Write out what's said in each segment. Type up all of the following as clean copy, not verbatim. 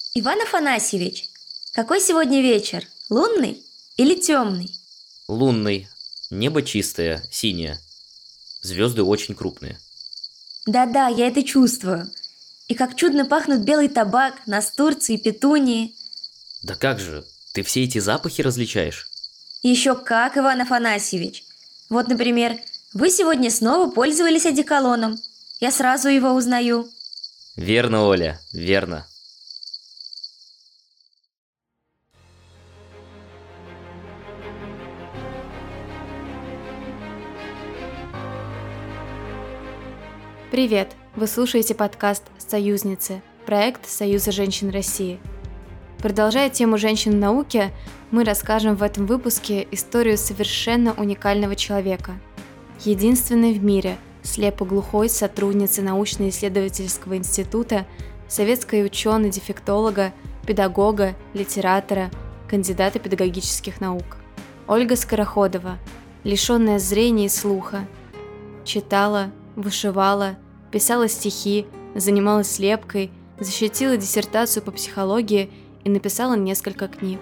Иван Афанасьевич, какой сегодня вечер? Лунный или темный? Лунный. Небо чистое, синее. Звезды очень крупные. Да-да, я это чувствую. И как чудно пахнут белый табак, настурции, петунии. Да как же, ты все эти запахи различаешь? Еще как, Иван Афанасьевич. Вот, например, вы сегодня снова пользовались одеколоном. Я сразу его узнаю. Верно, Оля, верно. Привет! Вы слушаете подкаст «Союзницы», проект Союза женщин России. Продолжая тему женщин в науке, мы расскажем в этом выпуске историю совершенно уникального человека. Единственной в мире слепоглухой сотрудницы научно-исследовательского института, советской ученой-дефектолога, педагога, литератора, кандидата педагогических наук. Ольга Скороходова, лишенная зрения и слуха, читала, вышивала, писала стихи, занималась слепкой, защитила диссертацию по психологии и написала несколько книг.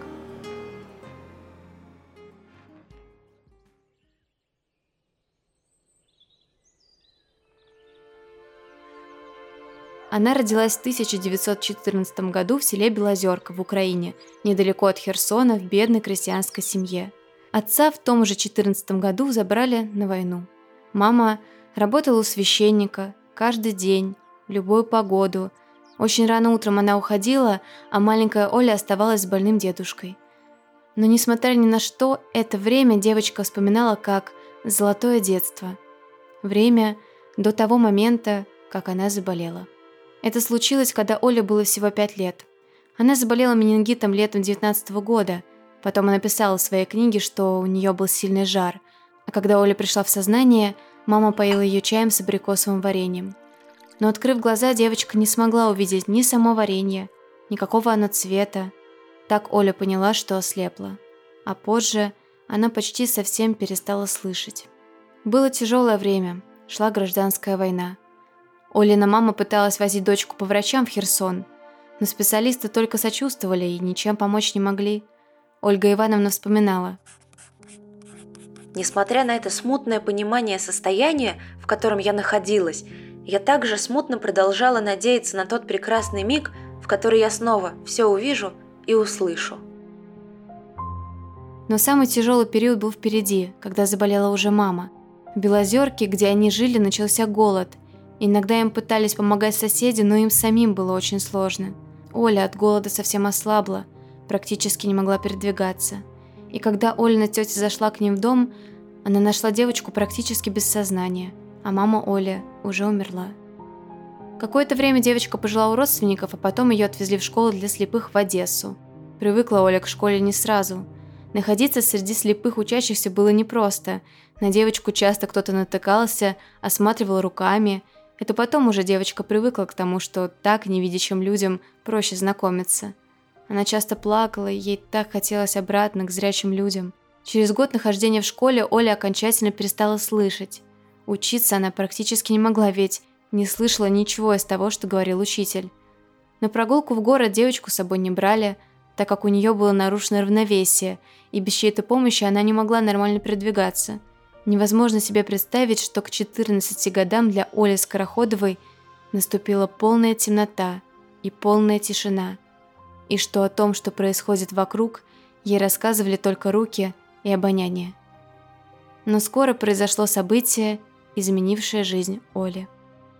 Она родилась в 1914 году в селе Белозерка в Украине, недалеко от Херсона, в бедной крестьянской семье. Отца в том же 14 году забрали на войну. Мама работала у священника каждый день, в любую погоду. Очень рано утром она уходила, а маленькая Оля оставалась с больным дедушкой. Но несмотря ни на что, это время девочка вспоминала как золотое детство. Время до того момента, как она заболела. Это случилось, когда Оле было всего 5 лет. Она заболела менингитом летом 19 года. Потом она писала в своей книге, что у нее был сильный жар. А когда Оля пришла в сознание, мама поила ее чаем с абрикосовым вареньем. Но, открыв глаза, девочка не смогла увидеть ни само варенье, никакого оно цвета. Так Оля поняла, что ослепла. А позже она почти совсем перестала слышать. Было тяжелое время, шла гражданская война. Олина мама пыталась возить дочку по врачам в Херсон, но специалисты только сочувствовали и ничем помочь не могли. Ольга Ивановна вспоминала. Несмотря на это смутное понимание состояния, в котором я находилась, я также смутно продолжала надеяться на тот прекрасный миг, в который я снова все увижу и услышу. Но самый тяжелый период был впереди, когда заболела уже мама. В Белозерке, где они жили, начался голод. Иногда им пытались помогать соседи, но им самим было очень сложно. Оля от голода совсем ослабла, практически не могла передвигаться. И когда Олина тетя зашла к ним в дом, она нашла девочку практически без сознания, а мама Оля уже умерла. Какое-то время девочка пожила у родственников, а потом ее отвезли в школу для слепых в Одессу. Привыкла Оля к школе не сразу. Находиться среди слепых учащихся было непросто. На девочку часто кто-то натыкался, осматривал руками. Это потом уже девочка привыкла к тому, что так невидящим людям проще знакомиться. Она часто плакала, и ей так хотелось обратно к зрячим людям. Через год нахождения в школе Оля окончательно перестала слышать. Учиться она практически не могла, ведь не слышала ничего из того, что говорил учитель. На прогулку в город девочку с собой не брали, так как у нее было нарушено равновесие, и без чьей-то помощи она не могла нормально передвигаться. Невозможно себе представить, что к 14 годам для Оли Скороходовой наступила полная темнота и полная тишина, и что о том, что происходит вокруг, ей рассказывали только руки и обоняние. Но скоро произошло событие, изменившее жизнь Оли.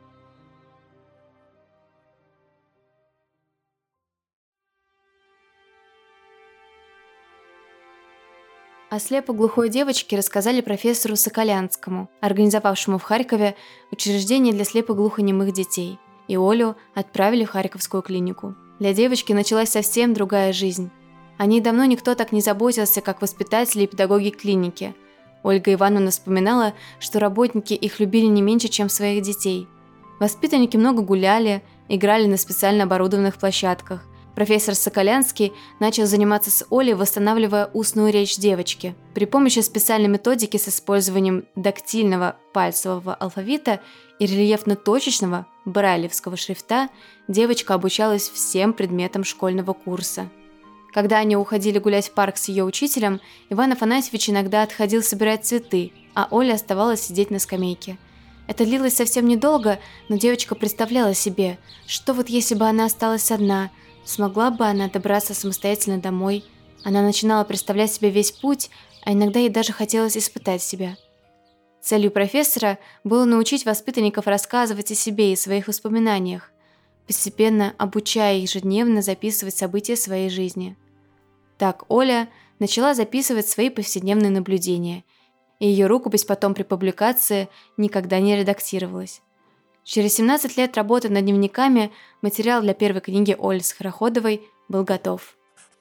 О слепоглухой девочке рассказали профессору Соколянскому, организовавшему в Харькове учреждение для слепоглухонемых детей, и Олю отправили в Харьковскую клинику. Для девочки началась совсем другая жизнь. О ней давно никто так не заботился, как воспитатели и педагоги клиники. Ольга Ивановна вспоминала, что работники их любили не меньше, чем своих детей. Воспитанники много гуляли, играли на специально оборудованных площадках, Профессор Соколянский начал заниматься с Олей, восстанавливая устную речь девочки. При помощи специальной методики с использованием дактильного пальцевого алфавита и рельефно-точечного брайлевского шрифта девочка обучалась всем предметам школьного курса. Когда они уходили гулять в парк с ее учителем, Иван Афанасьевич иногда отходил собирать цветы, а Оля оставалась сидеть на скамейке. Это длилось совсем недолго, но девочка представляла себе, что вот если бы она осталась одна, смогла бы она добраться самостоятельно домой. Она начинала представлять себе весь путь, а иногда ей даже хотелось испытать себя. Целью профессора было научить воспитанников рассказывать о себе и своих воспоминаниях, постепенно обучая ежедневно записывать события своей жизни. Так Оля начала записывать свои повседневные наблюдения, и ее рукопись потом при публикации никогда не редактировалась. Через 17 лет работы над дневниками материал для первой книги Оли Скороходовой был готов.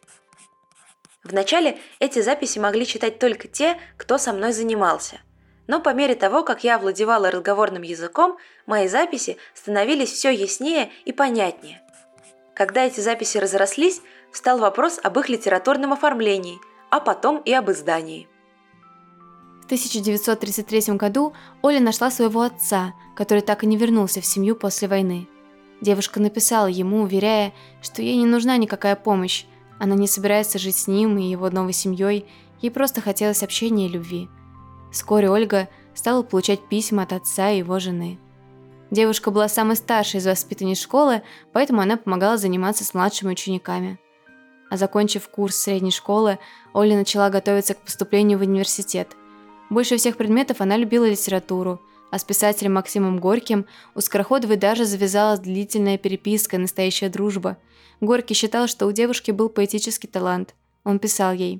Вначале эти записи могли читать только те, кто со мной занимался. Но по мере того, как я овладевала разговорным языком, мои записи становились все яснее и понятнее. Когда эти записи разрослись, встал вопрос об их литературном оформлении, а потом и об издании. В 1933 году Оля нашла своего отца, который так и не вернулся в семью после войны. Девушка написала ему, уверяя, что ей не нужна никакая помощь, она не собирается жить с ним и его новой семьей, ей просто хотелось общения и любви. Вскоре Ольга стала получать письма от отца и его жены. Девушка была самой старшей из воспитанниц школы, поэтому она помогала заниматься с младшими учениками. А закончив курс средней школы, Оля начала готовиться к поступлению в университет. Больше всех предметов она любила литературу, а с писателем Максимом Горьким у Скороходовой даже завязалась длительная переписка, настоящая дружба. Горький считал, что у девушки был поэтический талант. Он писал ей: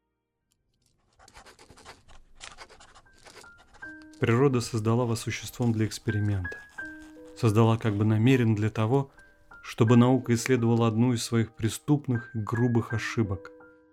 «Природа создала вас существом для эксперимента. Создала как бы намеренно для того, чтобы наука исследовала одну из своих преступных и грубых ошибок.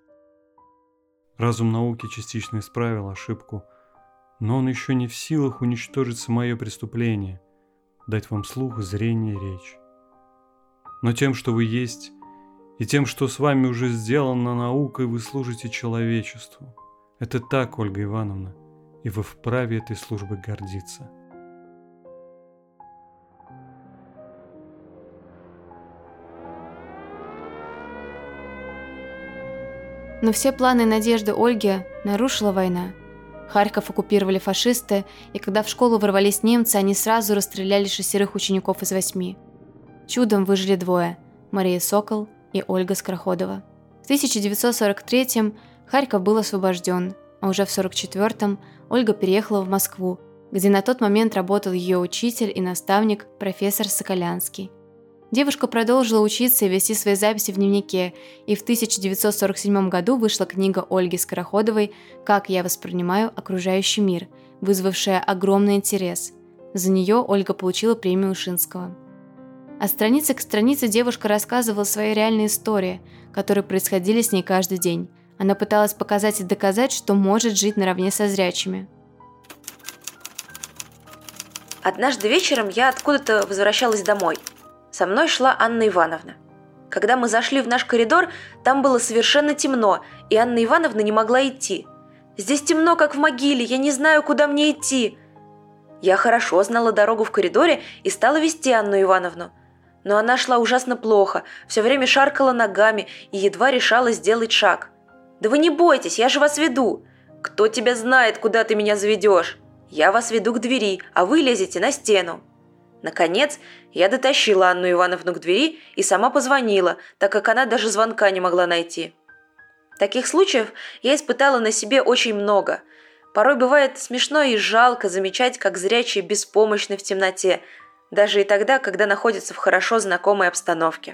Разум науки частично исправил ошибку, но он еще не в силах уничтожить самое преступление, дать вам слух, зрение, речь. Но тем, что вы есть, и тем, что с вами уже сделано наукой, вы служите человечеству. Это так, Ольга Ивановна, и вы вправе этой службой гордиться». Но все планы и надежды Ольги нарушила война. Харьков оккупировали фашисты, и когда в школу ворвались немцы, они сразу расстреляли 6 учеников из 8. Чудом выжили 2 – Мария Сокол и Ольга Скороходова. В 1943-м Харьков был освобожден, а уже в 1944-м Ольга переехала в Москву, где на тот момент работал ее учитель и наставник профессор Соколянский. Девушка продолжила учиться и вести свои записи в дневнике, и в 1947 году вышла книга Ольги Скороходовой «Как я воспринимаю окружающий мир», вызвавшая огромный интерес. За нее Ольга получила премию Ушинского. От страницы к странице девушка рассказывала свои реальные истории, которые происходили с ней каждый день. Она пыталась показать и доказать, что может жить наравне со зрячими. Однажды вечером я откуда-то возвращалась домой. Со мной шла Анна Ивановна. Когда мы зашли в наш коридор, там было совершенно темно, и Анна Ивановна не могла идти. «Здесь темно, как в могиле, я не знаю, куда мне идти». Я хорошо знала дорогу в коридоре и стала вести Анну Ивановну. Но она шла ужасно плохо, все время шаркала ногами и едва решала сделать шаг. «Да вы не бойтесь, я же вас веду». «Кто тебя знает, куда ты меня заведешь? Я вас веду к двери, а вы лезете на стену». Наконец, я дотащила Анну Ивановну к двери и сама позвонила, так как она даже звонка не могла найти. Таких случаев я испытала на себе очень много. Порой бывает смешно и жалко замечать, как зрячие беспомощны в темноте, даже и тогда, когда находятся в хорошо знакомой обстановке.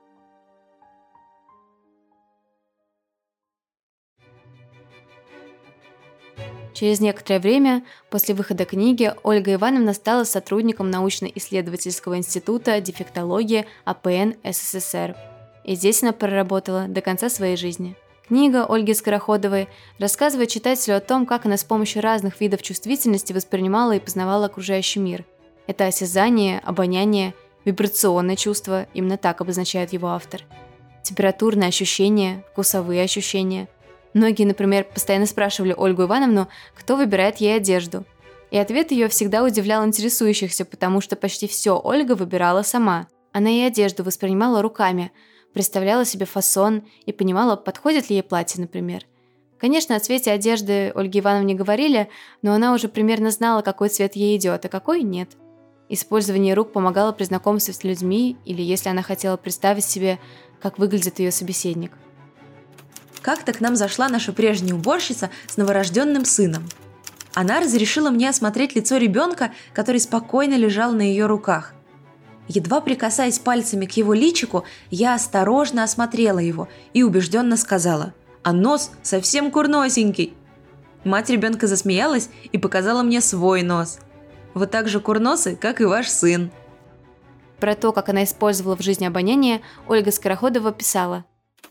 Через некоторое время после выхода книги Ольга Ивановна стала сотрудником научно-исследовательского института дефектологии АПН СССР. И здесь она проработала до конца своей жизни. Книга Ольги Скороходовой рассказывает читателю о том, как она с помощью разных видов чувствительности воспринимала и познавала окружающий мир. Это осязание, обоняние, вибрационное чувство, именно так обозначает его автор. температурные ощущения, вкусовые ощущения. Многие, например, постоянно спрашивали Ольгу Ивановну, кто выбирает ей одежду. И ответ ее всегда удивлял интересующихся, потому что почти все Ольга выбирала сама. Она и одежду воспринимала руками, представляла себе фасон и понимала, подходит ли ей платье, например. Конечно, о цвете одежды Ольге Ивановне говорили, но она уже примерно знала, какой цвет ей идет, а какой нет. Использование рук помогало при знакомстве с людьми или если она хотела представить себе, как выглядит ее собеседник. Как-то к нам зашла наша прежняя уборщица с новорожденным сыном. Она разрешила мне осмотреть лицо ребенка, который спокойно лежал на ее руках. Едва прикасаясь пальцами к его личику, я осторожно осмотрела его и убежденно сказала: «А нос совсем курносенький». Мать ребенка засмеялась и показала мне свой нос. «Вы так же курносы, как и ваш сын». Про то, как она использовала в жизни обоняние, Ольга Скороходова писала: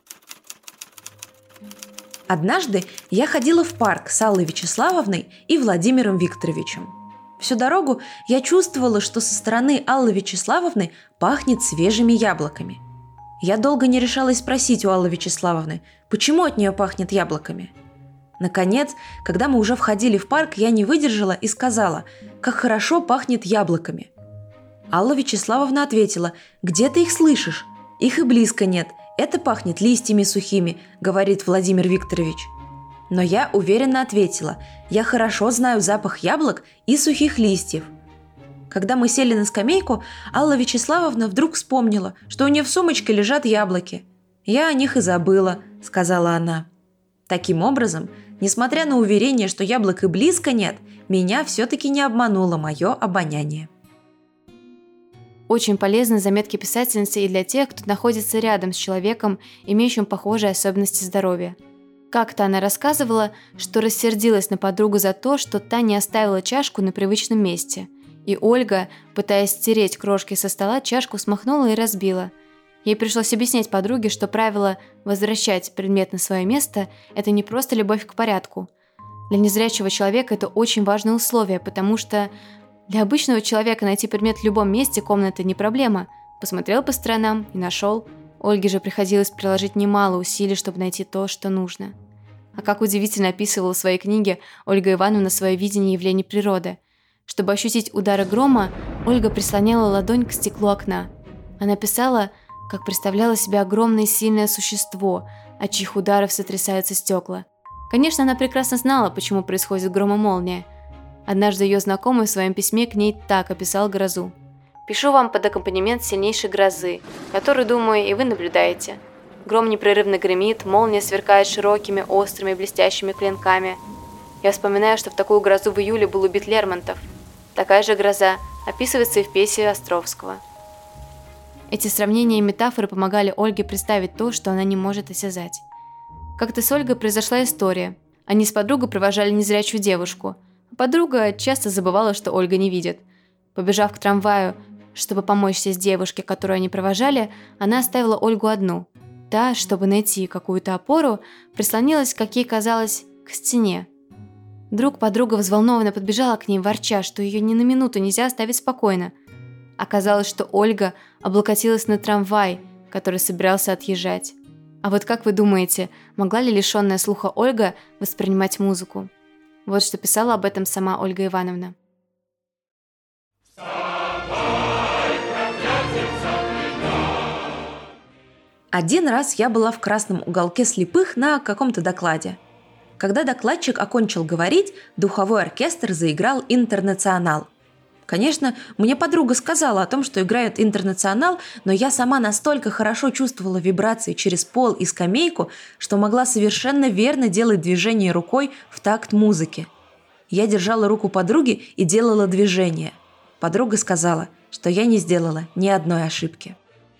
Однажды я ходила в парк с Аллой Вячеславовной и Владимиром Викторовичем. Всю дорогу я чувствовала, что со стороны Аллы Вячеславовны пахнет свежими яблоками. Я долго не решалась спросить у Аллы Вячеславовны, почему от нее пахнет яблоками. Наконец, когда мы уже входили в парк, я не выдержала и сказала, как хорошо пахнет яблоками. Алла Вячеславовна ответила: «Где ты их слышишь? Их и близко нет. Это пахнет листьями сухими», — говорит Владимир Викторович. Но я уверенно ответила: «Я хорошо знаю запах яблок и сухих листьев». Когда мы сели на скамейку, Алла Вячеславовна вдруг вспомнила, что у нее в сумочке лежат яблоки. «Я о них и забыла», — сказала она. Таким образом, несмотря на уверение, что яблок и близко нет, меня все-таки не обмануло мое обоняние. Очень полезны заметки писательницы и для тех, кто находится рядом с человеком, имеющим похожие особенности здоровья. Как-то она рассказывала, что рассердилась на подругу за то, что та не оставила чашку на привычном месте. И Ольга, пытаясь стереть крошки со стола, чашку смахнула и разбила. Ей пришлось объяснять подруге, что правило «возвращать предмет на свое место» – это не просто любовь к порядку. Для незрячего человека это очень важное условие, потому что для обычного человека найти предмет в любом месте комнаты не проблема. Посмотрел по сторонам и нашел. Ольге же приходилось приложить немало усилий, чтобы найти то, что нужно. А как удивительно описывала в своей книге Ольга Ивановна свое видение явлений природы. Чтобы ощутить удары грома, Ольга прислоняла ладонь к стеклу окна. Она писала, как представляла себе огромное сильное существо, от чьих ударов сотрясаются стекла. Конечно, она прекрасно знала, почему происходит гром и молния. Однажды ее знакомый в своем письме к ней так описал грозу. «Пишу вам под аккомпанемент сильнейшей грозы, которую, думаю, и вы наблюдаете. Гром непрерывно гремит, молния сверкает широкими, острыми, блестящими клинками. Я вспоминаю, что в такую грозу в июле был убит Лермонтов. Такая же гроза описывается и в пьесе Островского». Эти сравнения и метафоры помогали Ольге представить то, что она не может осязать. Как-то с Ольгой произошла история. Они с подругой провожали незрячую девушку. Подруга часто забывала, что Ольга не видит. Побежав к трамваю, чтобы помочь сесть девушке, которую они провожали, она оставила Ольгу одну. Та, чтобы найти какую-то опору, прислонилась, как ей казалось, к стене. Вдруг подруга взволнованно подбежала к ней, ворча, что ее ни на минуту нельзя оставить спокойно. Оказалось, что Ольга облокотилась на трамвай, который собирался отъезжать. А вот как вы думаете, могла ли лишенная слуха Ольга воспринимать музыку? Вот что писала об этом сама Ольга Ивановна. Один раз я была в красном уголке слепых на каком-то докладе. Когда докладчик окончил говорить, духовой оркестр заиграл «Интернационал». Конечно, мне подруга сказала о том, что играют «Интернационал», но я сама настолько хорошо чувствовала вибрации через пол и скамейку, что могла совершенно верно делать движение рукой в такт музыки. Я держала руку подруги и делала движение. Подруга сказала, что я не сделала ни одной ошибки.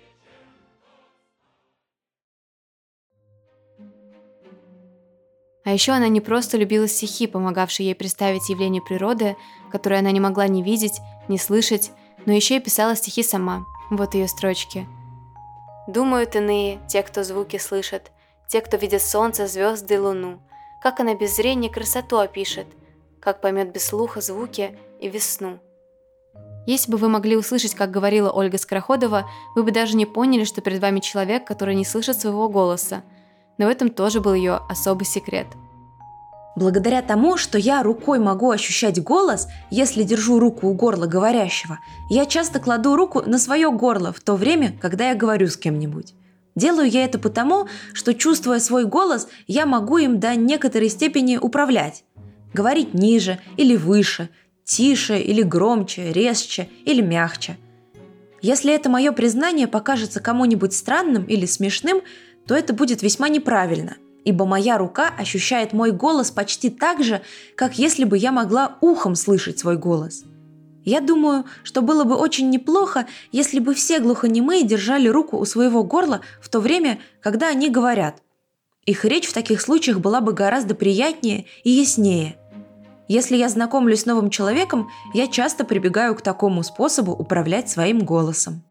А еще она не просто любила стихи, помогавшие ей представить явления природы, которые она не могла ни видеть, ни слышать, но еще и писала стихи сама. Вот ее строчки. «Думают иные, те, кто звуки слышат, те, кто видит солнце, звезды и луну, как она без зрения красоту опишет, как поймет без слуха звуки и весну». Если бы вы могли услышать, как говорила Ольга Скороходова, вы бы даже не поняли, что перед вами человек, который не слышит своего голоса. Но в этом тоже был ее особый секрет. Благодаря тому, что я рукой могу ощущать голос, если держу руку у горла говорящего, я часто кладу руку на свое горло в то время, когда я говорю с кем-нибудь. Делаю я это потому, что, чувствуя свой голос, я могу им до некоторой степени управлять. Говорить ниже или выше, тише или громче, резче или мягче. Если это мое признание покажется кому-нибудь странным или смешным, то это будет весьма неправильно, ибо моя рука ощущает мой голос почти так же, как если бы я могла ухом слышать свой голос. Я думаю, что было бы очень неплохо, если бы все глухонемые держали руку у своего горла в то время, когда они говорят. Их речь в таких случаях была бы гораздо приятнее и яснее. Если я знакомлюсь с новым человеком, я часто прибегаю к такому способу управлять своим голосом.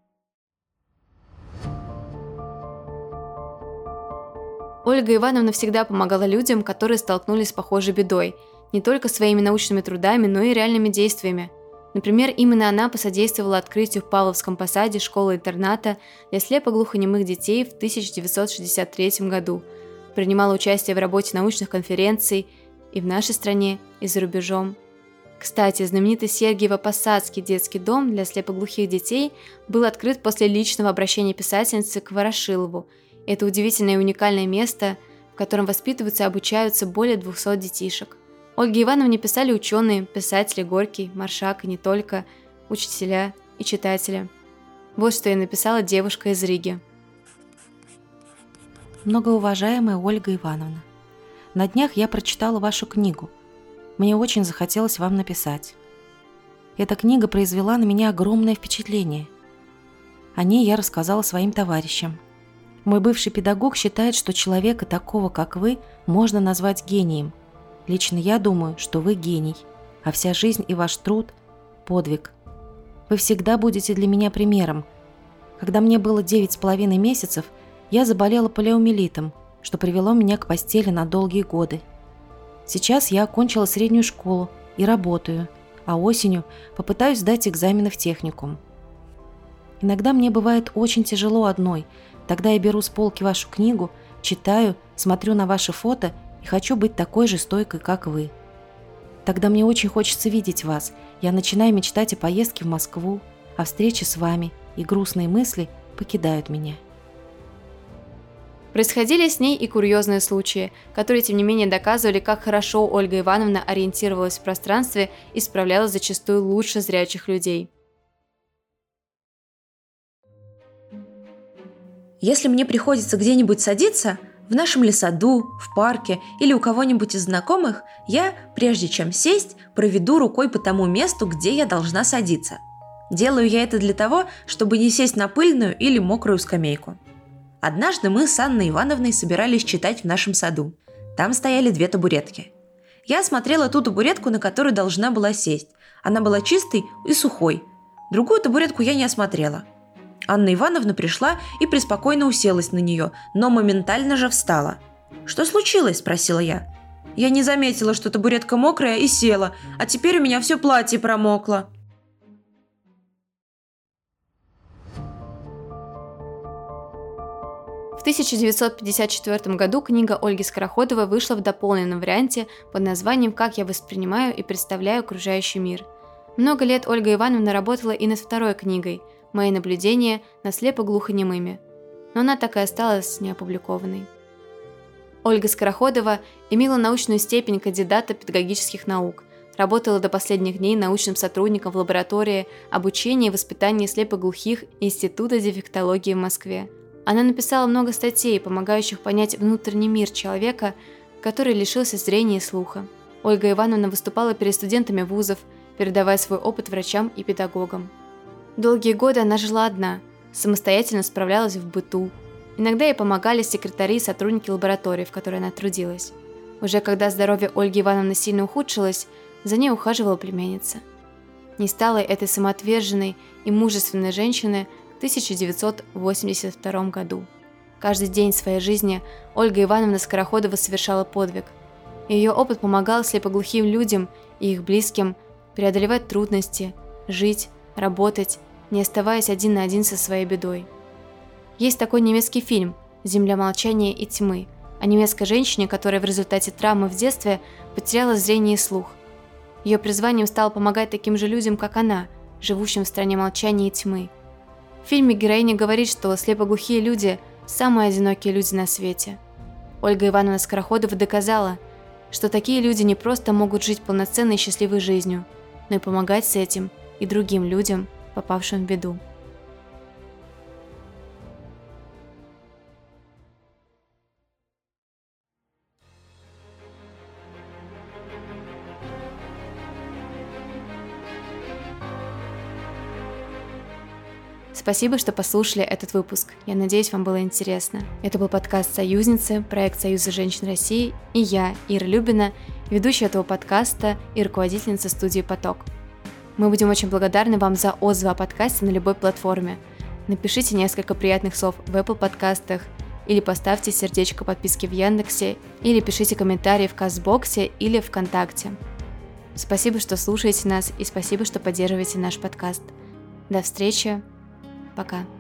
Ольга Ивановна всегда помогала людям, которые столкнулись с похожей бедой, не только своими научными трудами, но и реальными действиями. Например, именно она посодействовала открытию в Павловском посаде школы-интерната для слепоглухонемых детей в 1963 году, принимала участие в работе научных конференций и в нашей стране, и за рубежом. Кстати, знаменитый Сергиево-Посадский детский дом для слепоглухих детей был открыт после личного обращения писательницы к Ворошилову. Это удивительное и уникальное место, в котором воспитываются и обучаются более 200 детишек. Ольге Ивановне писали ученые, писатели Горький, Маршак и не только, учителя и читатели. Вот что ей написала девушка из Риги. Многоуважаемая Ольга Ивановна, на днях я прочитала вашу книгу. Мне очень захотелось вам написать. Эта книга произвела на меня огромное впечатление. О ней я рассказала своим товарищам. Мой бывший педагог считает, что человека такого, как вы, можно назвать гением. Лично я думаю, что вы гений, а вся жизнь и ваш труд – подвиг. Вы всегда будете для меня примером. Когда мне было 9,5 месяцев, я заболела полиомиелитом, что привело меня к постели на долгие годы. Сейчас я окончила среднюю школу и работаю, а осенью попытаюсь сдать экзамены в техникум. Иногда мне бывает очень тяжело одной, тогда я беру с полки вашу книгу, читаю, смотрю на ваши фото и хочу быть такой же стойкой, как вы. Тогда мне очень хочется видеть вас. Я начинаю мечтать о поездке в Москву, о встрече с вами, и грустные мысли покидают меня. Происходили с ней и курьезные случаи, которые, тем не менее, доказывали, как хорошо Ольга Ивановна ориентировалась в пространстве и справлялась зачастую лучше зрячих людей. Если мне приходится где-нибудь садиться, в нашем ли саду, в парке или у кого-нибудь из знакомых, я, прежде чем сесть, проведу рукой по тому месту, где я должна садиться. Делаю я это для того, чтобы не сесть на пыльную или мокрую скамейку. Однажды мы с Анной Ивановной собирались читать в нашем саду. Там стояли 2 табуретки. Я осмотрела ту табуретку, на которую должна была сесть. Она была чистой и сухой. Другую табуретку я не осмотрела. Анна Ивановна пришла и преспокойно уселась на нее, но моментально же встала. «Что случилось?» – спросила я. «Я не заметила, что табуретка мокрая, и села, а теперь у меня все платье промокло». В 1954 году книга Ольги Скороходовой вышла в дополненном варианте под названием «Как я воспринимаю и представляю окружающий мир». Много лет Ольга Ивановна работала и над второй книгой «Мои наблюдения над слепоглухонемыми», но она так и осталась неопубликованной. Ольга Скороходова имела научную степень кандидата педагогических наук, работала до последних дней научным сотрудником в лаборатории обучения и воспитания слепоглухих Института дефектологии в Москве. Она написала много статей, помогающих понять внутренний мир человека, который лишился зрения и слуха. Ольга Ивановна выступала перед студентами вузов, передавая свой опыт врачам и педагогам. Долгие годы она жила одна, самостоятельно справлялась в быту. Иногда ей помогали секретари и сотрудники лаборатории, в которой она трудилась. Уже когда здоровье Ольги Ивановны сильно ухудшилось, за ней ухаживала племянница. Не стало этой самоотверженной и мужественной женщины в 1982 году. Каждый день своей жизни Ольга Ивановна Скороходова совершала подвиг. Ее опыт помогал слепоглухим людям и их близким преодолевать трудности, жить, работать, не оставаясь один на один со своей бедой. Есть такой немецкий фильм «Земля молчания и тьмы» о немецкой женщине, которая в результате травмы в детстве потеряла зрение и слух. Ее призванием стало помогать таким же людям, как она, живущим в стране молчания и тьмы. В фильме героиня говорит, что слепоглухие люди – самые одинокие люди на свете. Ольга Ивановна Скороходова доказала, что такие люди не просто могут жить полноценной и счастливой жизнью, но и помогать с этим и другим людям, попавшим в беду. Спасибо, что послушали этот выпуск. Я надеюсь, вам было интересно. Это был подкаст «Союзницы», проект Союза женщин России, и я, Ира Любина, ведущая этого подкаста и руководительница студии «Поток». Мы будем очень благодарны вам за отзывы о подкасте на любой платформе. Напишите несколько приятных слов в Apple подкастах, или поставьте сердечко подписки в Яндексе, или пишите комментарии в Кастбоксе или ВКонтакте. Спасибо, что слушаете нас, и спасибо, что поддерживаете наш подкаст. До встречи. Пока.